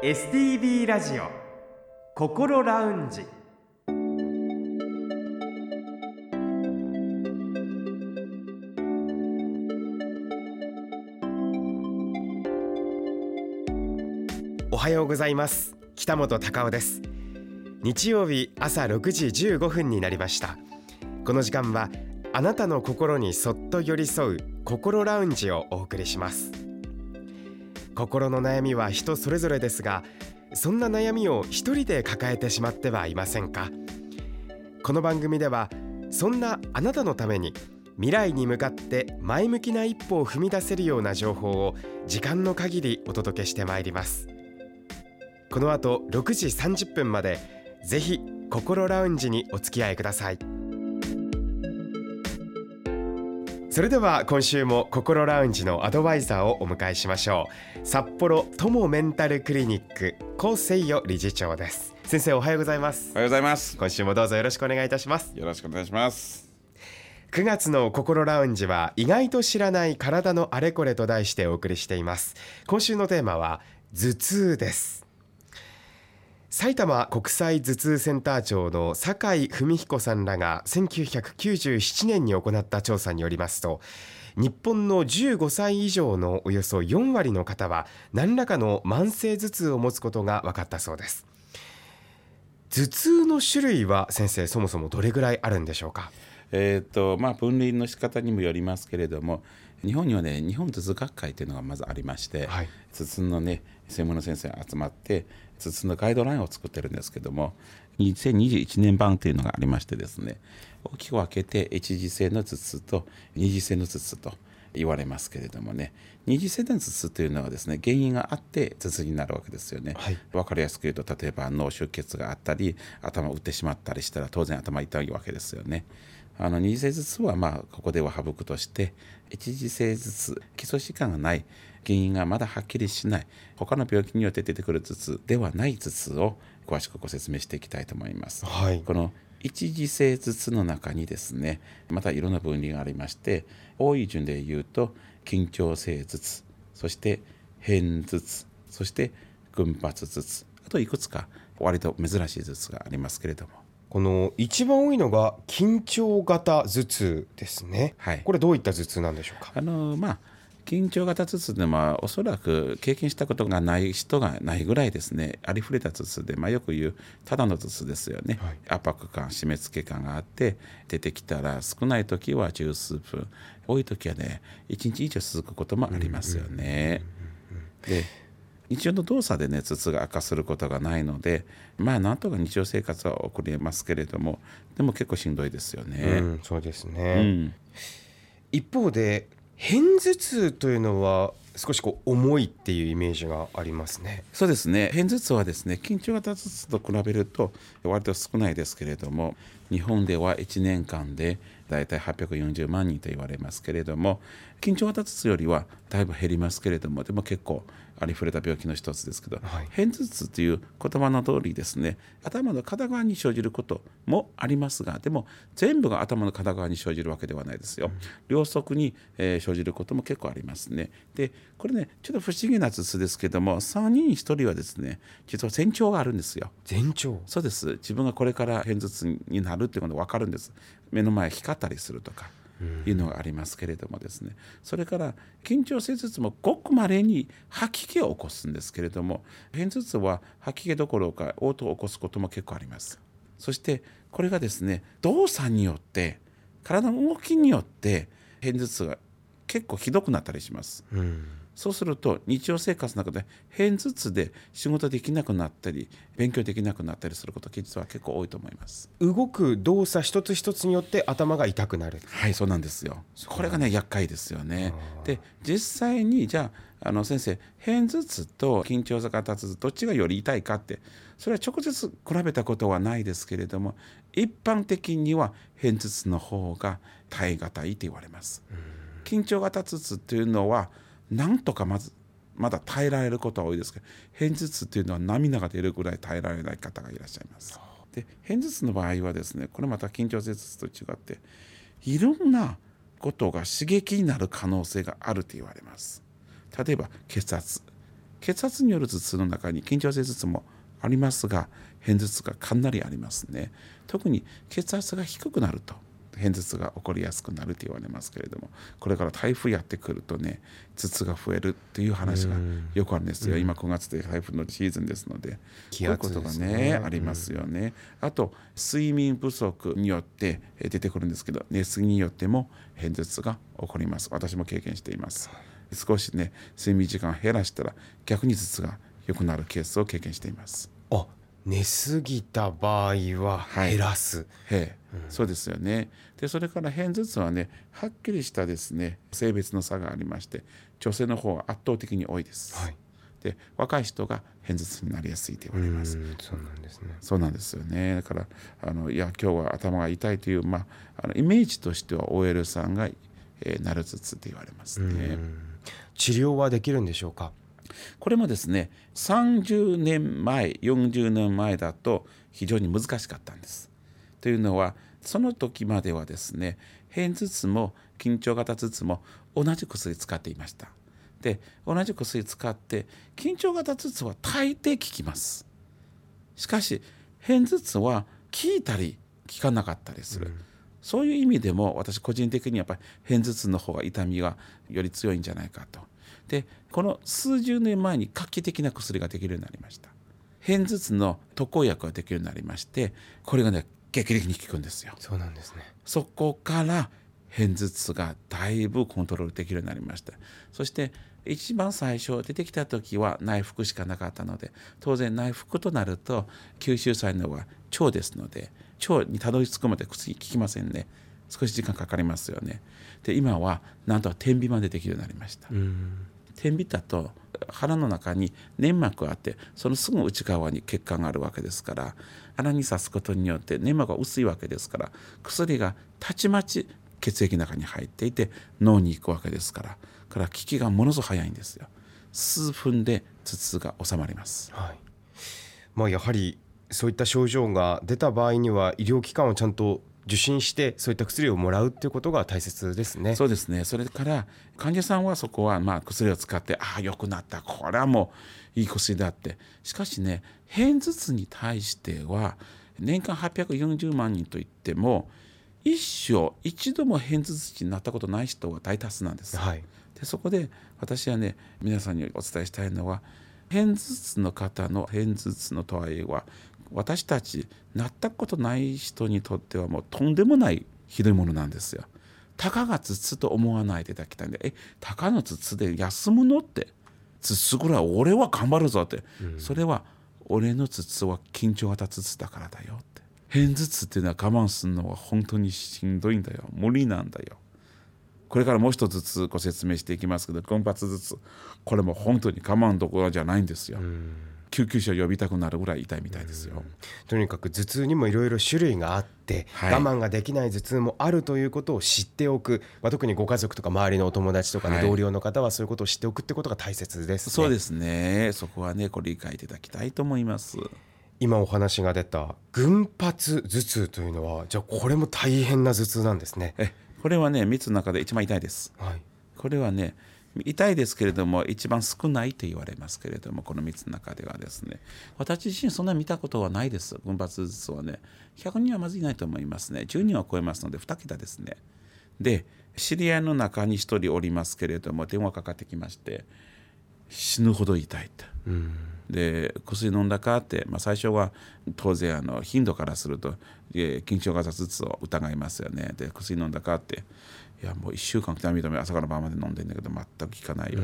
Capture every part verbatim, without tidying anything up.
エスティービー ラジオ心ラウンジ。おはようございます。北本孝夫です。日曜日朝ろくじじゅうごふんになりました。この時間はあなたの心にそっと寄り添う心ラウンジをお送りします。心の悩みは人それぞれですが、そんな悩みを一人で抱えてしまってはいませんか。この番組ではそんなあなたのために未来に向かって前向きな一歩を踏み出せるような情報を時間の限りお届けしてまいります。この後ろくじさんじゅっぷんまでぜひ心ラウンジにお付き合いください。それでは今週も心ラウンジのアドバイザーをお迎えしましょう。札幌友メンタルクリニック高誠代理事長です。先生、おはようございます。 おはようございます。 今週もどうぞよろしくお願いいたします。 よろしくお願いします。 くがつの心ラウンジは意外と知らない体のあれこれと題してお送りしています。今週のテーマは頭痛です。埼玉国際頭痛センター長の酒井文彦さんらがせんきゅうひゃくきゅうじゅうななねんに行った調査によりますと、日本のじゅうごさい以上のおよそよんわりの方は何らかの慢性頭痛を持つことが分かったそうです。頭痛の種類は先生、そもそもどれぐらいあるんでしょうか。 えーとまあ、分類の仕方にもよりますけれども、日本にはね、日本頭痛学会というのがまずありまして、はい、頭痛のね専門の先生が集まって頭痛のガイドラインを作ってるんですけども、にせんにじゅういちねん版というのがありましてですね、大きく分けて一次性の頭痛と二次性の頭痛と言われますけれどもね、二次性の頭痛というのはですね、原因があって頭痛になるわけですよね、はい、分かりやすく言うと、例えば脳出血があったり頭を打ってしまったりしたら当然頭痛いわけですよね。あの二次性頭痛はまあここでは省くとして、一次性頭痛、基礎疾患がない、原因がまだはっきりしない、他の病気によって出てくる頭痛ではない頭痛を詳しくご説明していきたいと思います、はい、この一次性頭痛の中にですね、またいろんな分類がありまして、多い順で言うと緊張性頭痛、そして片頭痛、そして群発頭痛、あといくつか割と珍しい頭痛がありますけれども、 この一番多いのが緊張型頭痛ですね、はい、これどういった頭痛なんでしょうか。 あのまあ緊張型頭痛でもおそらく経験したことがない人がないぐらいですね、ありふれた頭痛で、まあ、よく言うただの頭痛ですよね、はい、圧迫感、締め付け感があって出てきたら、少ない時は十数分、多い時はねいちにち以上続くこともありますよね。で日常の動作でね頭痛が悪化することがないので、まあなんとか日常生活は送れますけれども、でも結構しんどいですよね、 うん、そうですね、 うん、 一方で片頭痛というのは少しこう重いっていうイメージがありますね。 そうですね、片頭痛はですね、緊張型頭痛と比べると割と少ないですけれども、日本ではいちねんかんでだいたいはっぴゃくよんじゅうまんにんと言われますけれども、緊張型頭痛よりはだいぶ減りますけれども、でも結構ありふれた病気の一つですけど、はい、片頭痛という言葉の通りですね、頭の片側に生じることもありますが、でも全部が頭の片側に生じるわけではないですよ、うん、両側に、えー、生じることも結構ありますね。でこれねちょっと不思議な頭痛ですけども、さんにんにひとりはですね実は前兆があるんですよ。 前兆？ そうです。自分がこれから片頭痛になるっていうことが分かるんです。目の前光ったりするとかいうのがありますけれどもですね、それから緊張性頭痛もごくまれに吐き気を起こすんですけれども、片頭痛は吐き気どころか嘔吐を起こすことも結構あります。そしてこれがですね、動作によって体の動きによって片頭痛が結構ひどくなったりします、うん、そうすると日常生活の中で片頭痛で仕事できなくなったり勉強できなくなったりすることが実は結構多いと思います。 動く動作一つ一つによって頭が痛くなる。 はい、そうなんですよ。これがね厄介ですよね。で実際にじゃあ、あの先生、片頭痛と緊張型頭痛どっちがより痛いかって、それは直接比べたことはないですけれども、一般的には片頭痛の方が耐え難いと言われます。緊張型頭痛というのはなんとかまずまだ耐えられることは多いですけど、片頭痛というのは涙が出るぐらい耐えられない方がいらっしゃいます。で片頭痛の場合はですね、これまた緊張性頭痛と違っていろんなことが刺激になる可能性があると言われます。例えば血圧、 血圧による頭痛の中に緊張性頭痛もありますが、片頭痛がかなりありますね。特に血圧が低くなると片頭痛が起こりやすくなると言われますけれども、これから台風やってくるとね、頭痛が増えるっていう話がよくあるんですよ。今くがつで台風のシーズンですので、 気圧ですね、 こういうことがね、ありますよね。あと睡眠不足によって出てくるんですけど、寝過ぎによっても片頭痛が起こります。私も経験しています。少しね睡眠時間を減らしたら逆に頭痛が良くなるケースを経験しています。 あ、寝過ぎた場合は減らす、はい、 へうん、そうですよね。でそれから片頭痛はね、はっきりしたですね性別の差がありまして、女性の方は圧倒的に多いです、はい、で若い人が片頭痛になりやすいと言われます。 そうなんですね。 そうなんですよね。だからあのいや今日は頭が痛いという、まあ、あのイメージとしては オーエル さんが、えー、なる頭痛と言われますね。 治療はできるんでしょうか。 これもですねさんじゅうねんまえよんじゅうねんまえだと非常に難しかったんです。というのはその時まではですね片頭痛も緊張型頭痛も同じ薬使っていました。で同じ薬使って緊張型頭痛は大抵効きます。しかし片頭痛は効いたり効かなかったりする、うん、そういう意味でも私個人的にやっぱり片頭痛の方が痛みがより強いんじゃないかと。でこの数十年前に画期的な薬ができるようになりました。片頭痛の特効薬ができるようになりまして、これがね劇的に効くんですよ。 そうなんですね。 そこから片頭痛がだいぶコントロールできるようになりました。そして一番最初出てきた時は内服しかなかったので、当然内服となると吸収されるのは腸ですので、腸にたどり着くまで薬効きませんね。少し時間かかりますよね。で今はなんと点鼻までできるようになりました。うん点鼻だと鼻の中に粘膜があって、そのすぐ内側に血管があるわけですから、鼻に刺すことによって粘膜が薄いわけですから、薬がたちまち血液の中に入っていて脳に行くわけですから、から効きがものすごく早いんですよ。数分で頭痛が収まります、 はい。まあ、やはりそういった症状が出た場合には医療機関をちゃんと受診してそういった薬をもらうということが大切ですね。 そうですね。それから患者さんはそこはまあ薬を使って、ああ良くなった、これはもういい薬だって。しかしね片頭痛に対しては年間はっぴゃくよんじゅうまんにんといっても一生一度も片頭痛になったことない人が大多数なんです、はい、でそこで私はね皆さんにお伝えしたいのは、片頭痛の方の片頭痛の度合いは私たちなったことない人にとってはもうとんでもないひどいものなんですよ。たかが頭痛と思わないでいただきたいんで、えたかの頭痛で休むのって、頭痛ぐらい俺は頑張るぞって、うん、それは俺の頭痛は緊張型頭痛だからだよって。片頭痛っていうのは我慢するのは本当にしんどいんだよ、無理なんだよ。これからもう一つご説明していきますけど、群発頭痛、これも本当に我慢どころじゃないんですよ。うん救急車を呼びたくなるぐらい痛いみたいですよ。 とにかく頭痛にもいろいろ種類があって、はい、我慢ができない頭痛もあるということを知っておく、まあ、特にご家族とか周りのお友達とか、ねはい、同僚の方はそういうことを知っておくってことが大切ですね。 そうですね。そこはねご理解いただきたいと思います。 今お話が出た群発頭痛というのは、じゃあこれも大変な頭痛なんですね。 えこれはねみっつの中で一番痛いです、はい、これはね痛いですけれども一番少ないと言われますけれども、このみっつの中ではですね、私自身そんなに見たことはないです。群発頭痛はねひゃくにんはまずいないと思いますね。じゅうにんは超えますのでに桁ですね。で知り合いの中にひとりおりますけれども、電話かかってきまして、死ぬほど痛いと、うん、で薬飲んだかって、まあ、最初は当然あの頻度からすると緊張型頭痛を疑いますよね。で薬飲んだかって、いやもういっしゅうかん痛み止め朝から晩まで飲んでんだけど全く効かないよって。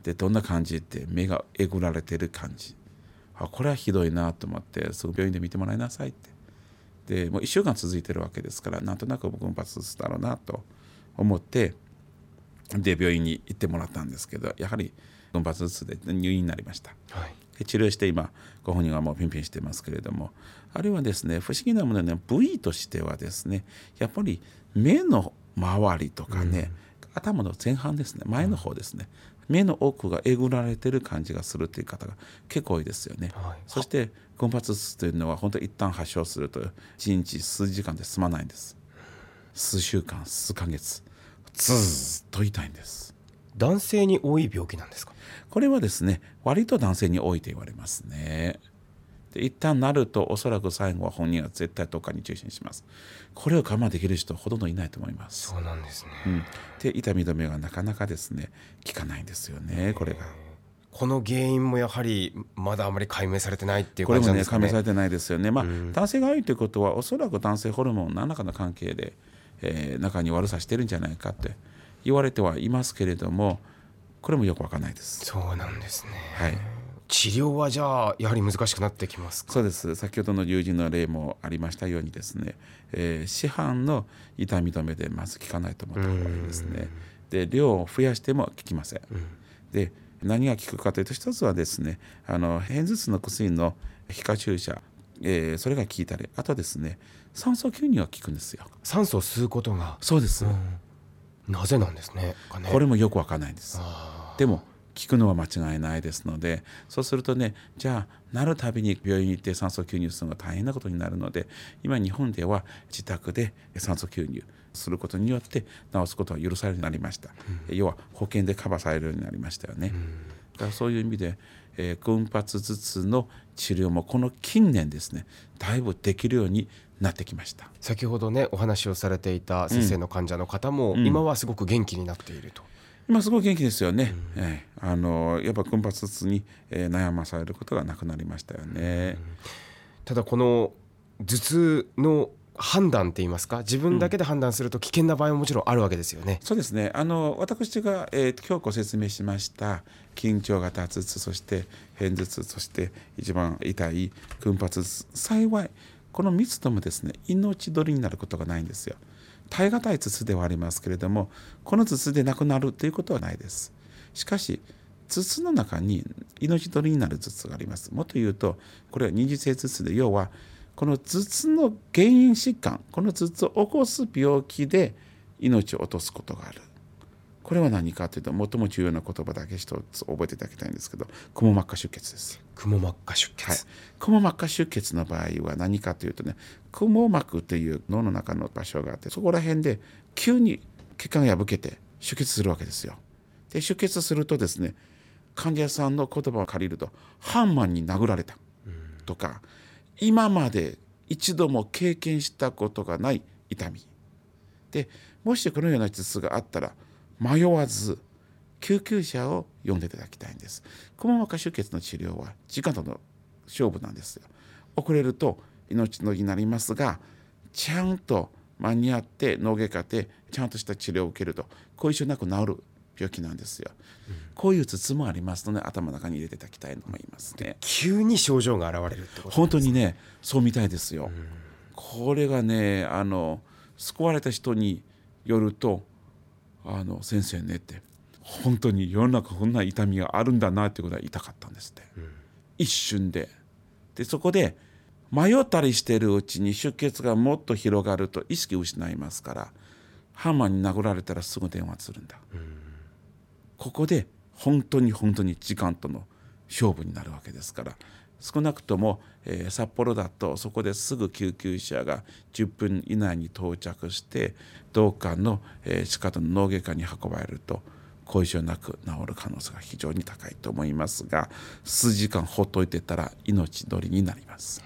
でどんな感じって、目がえぐられてる感じ、あこれはひどいなと思って、すぐ病院で見てもらいなさいって。でもういっしゅうかん続いてるわけですから、なんとなく僕群発頭痛だろうなと思って、で病院に行ってもらったんですけど、やはり群発頭痛で入院になりました、はい、で治療して今ご本人はもうピンピンしてますけれども、あれはですね不思議なもので、ね、部位としてはですねやっぱり目の周りとかね、うん、頭の前半ですね、前の方ですね、うん、目の奥がえぐられてる感じがするという方が結構多いですよね、はい、そして群発頭痛というのは本当に一旦発症するといちにち数時間で済まないんです。数週間数ヶ月ずっと痛いんです。 男性に多い病気なんですか？ これはですね、割と男性に多いと言われますね。で一旦なるとおそらく最後は本人は絶対どっかに受診します。これを我慢できる人ほとんどいないと思います。 そうなんですね、 うん、で痛み止めがなかなかですね効かないんですよね。これがこの原因もやはりまだあまり解明されてないっていう感じなんですかね。 これもね解明されてないですよね。まあ、うん、男性が多いということはおそらく男性ホルモン何らかの関係で、えー、中に悪さしてるんじゃないかって言われてはいますけれども、これもよくわからないです。 そうなんですね。 はい。 治療はじゃあやはり難しくなってきますか？ そうです。先ほどの友人の例もありましたようにですね、えー、市販の痛み止めでまず効かないと思った方がいいですね。で量を増やしても効きません。うん、で何が効くかというと、一つはですね、あの片頭痛の薬の皮下注射、えー、それが効いたり、あとですね酸素吸入が効くんですよ。 酸素を吸うことが。 そうです、うん、 なぜなんですね。 これもよくわからないんです。でも効くのは間違いないですので、そうするとね、じゃあなるたびに病院に行って酸素吸入するのが大変なことになるので、今日本では自宅で酸素吸入することによって治すことは許されるようになりました。うん、要は保険でカバーされるようになりましたよね。うん、だからそういう意味で、えー、群発頭痛の治療もこの近年ですね、だいぶできるようになってきました。 先ほどねお話をされていた先生の患者の方も、うん、今はすごく元気になっていると。 今すごい元気ですよね。うん、えー、あのやっぱ群発頭痛に、えー、悩まされることがなくなりましたよね。うん、 ただこの頭痛の判断って言いますか、自分だけで判断すると危険な場合ももちろんあるわけですよね。 うん、そうですね。あの私が、えー、今日ご説明しました緊張型頭痛、そして片頭痛、そして一番痛い群発頭痛、幸いこのみっつともですね命取りになることがないんですよ。耐え難い頭痛ではありますけれども、この頭痛で亡くなるということはないです。しかし頭痛の中に命取りになる頭痛があります。もっと言うとこれは二次性頭痛で、要はこの頭痛の原因疾患、この頭痛を起こす病気で命を落とすことがある。これは何かというと、最も重要な言葉だけ一つ覚えていただきたいんですけど、くも膜下出血です。 くも膜下出血、 はい、くも膜下出血の場合は何かというとね、くも膜という脳の中の場所があって、そこら辺で急に血管が破けて出血するわけですよ。で出血するとですね、患者さんの言葉を借りると、ハンマーに殴られたとか、今まで一度も経験したことがない痛みで、もしこのような頭痛があったら迷わず救急車を呼んでいただきたいんです。くも膜下出血の治療は時間との勝負なんですよ。遅れると命のりになりますが、ちゃんと間に合って脳外科でちゃんとした治療を受けると後遺症なく治る病気なんですよ。うん、こういう頭痛もありますので、頭の中に入れていただきたいと思いますね。 急に症状が現れるってことですか？ 本当にね、そうみたいですよ。うん、これがね、あの救われた人によると、あの先生ねって、本当に世の中こんな痛みがあるんだなっていうことは痛かったんですって。うん、一瞬で。でそこで迷ったりしているうちに出血がもっと広がると意識を失いますから、ハンマーに殴られたらすぐ電話するんだ。うん、ここで本当に本当に時間との勝負になるわけですから、少なくとも、えー、札幌だとそこですぐ救急車がじゅっぷん以内に到着して、どうかの、えー、近くの脳外科に運ばれると後遺症なく治る可能性が非常に高いと思いますが、数時間ほっといてたら命取りになります。はい、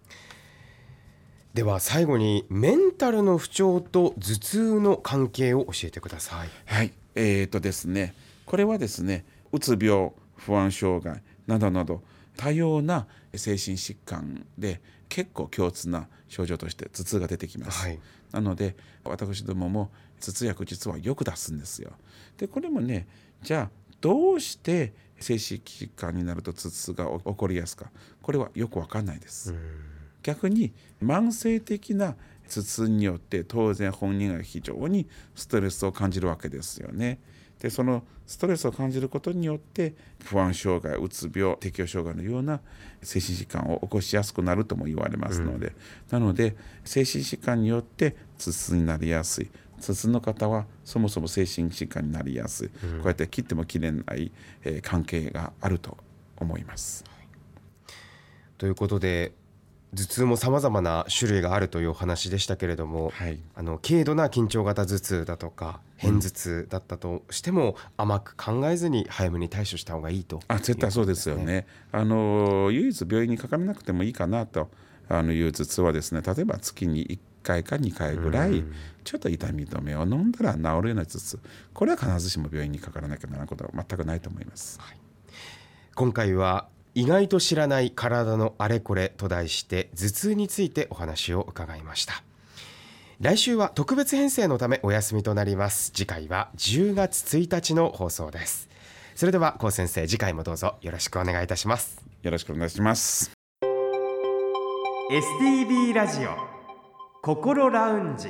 では最後にメンタルの不調と頭痛の関係を教えてください。 はい、えーとですね、これはですね、うつ病、不安障害などなど多様な精神疾患で結構共通な症状として頭痛が出てきます。はい、なので私どもも頭痛薬実はよく出すんですよ。でこれもね、じゃあどうして精神疾患になると頭痛が起こりやすか、これはよく分かんないです。逆に慢性的な頭痛によって当然本人が非常にストレスを感じるわけですよね。でそのストレスを感じることによって不安障害、うつ病、適応障害のような精神疾患を起こしやすくなるとも言われますので、うん、なので精神疾患によって頭痛になりやすい、頭痛の方はそもそも精神疾患になりやすい、うん、こうやって切っても切れない、えー、関係があると思います。 ということで、 頭痛も様々な種類があるというお話でしたけれども、はい、あの軽度な緊張型頭痛だとか片頭痛だったとしても、うん、甘く考えずに早めに対処した方がいいということですね。あ、 絶対そうですよね。あの唯一病院にかからなくてもいいかなとあのいう頭痛はですね、例えば月にいっかいかにかいぐらいちょっと痛み止めを飲んだら治るような頭痛、これは必ずしも病院にかからなきゃならないことは全くないと思います。はい、 今回は意外と知らない体のあれこれと題して頭痛についてお話を伺いました。来週は特別編成のためお休みとなります。次回はじゅうがつついたちの放送です。それでは高先生、次回もどうぞよろしくお願いいたします。 よろしくお願いします。 エスティービー ラジオ心ラウンジ。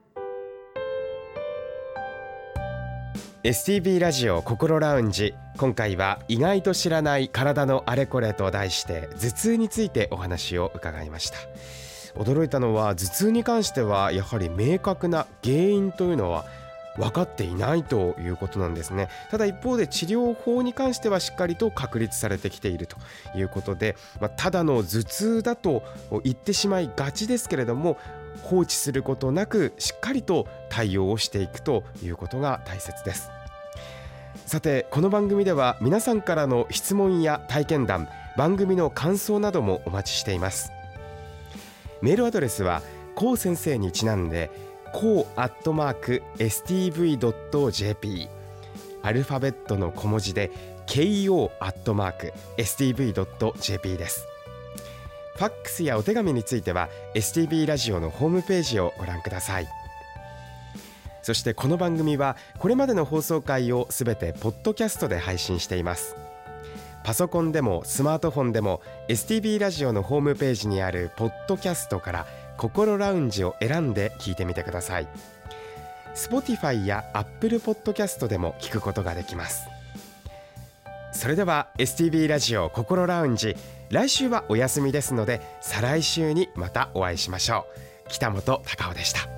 エスティービー ラジオ心ラウンジ、今回は意外と知らない体のあれこれと題して頭痛についてお話を伺いました。驚いたのは頭痛に関してはやはり明確な原因というのは分かっていないということなんですね。ただ一方で治療法に関してはしっかりと確立されてきているということで、まあ、ただの頭痛だと言ってしまいがちですけれども、放置することなくしっかりと対応をしていくということが大切です。さて、この番組では皆さんからの質問や体験談、番組の感想などもお待ちしています。メールアドレスはコウ先生にちなんでコウアットマーク エスティーブイドットジェーピー、 アルファベットの小文字で ケーオー アットマーク エスティーブイドットジェーピー です。ファックスやお手紙については エスティービー ラジオのホームページをご覧ください。そしてこの番組はこれまでの放送回をすべてポッドキャストで配信しています。パソコンでもスマートフォンでも エスティービー ラジオのホームページにあるポッドキャストから心ラウンジを選んで聞いてみてください。 Spotify や Apple ポッドキャストでも聞くことができます。それでは エスティービー ラジオ心ラウンジ、来週はお休みですので再来週にまたお会いしましょう。北本隆夫でした。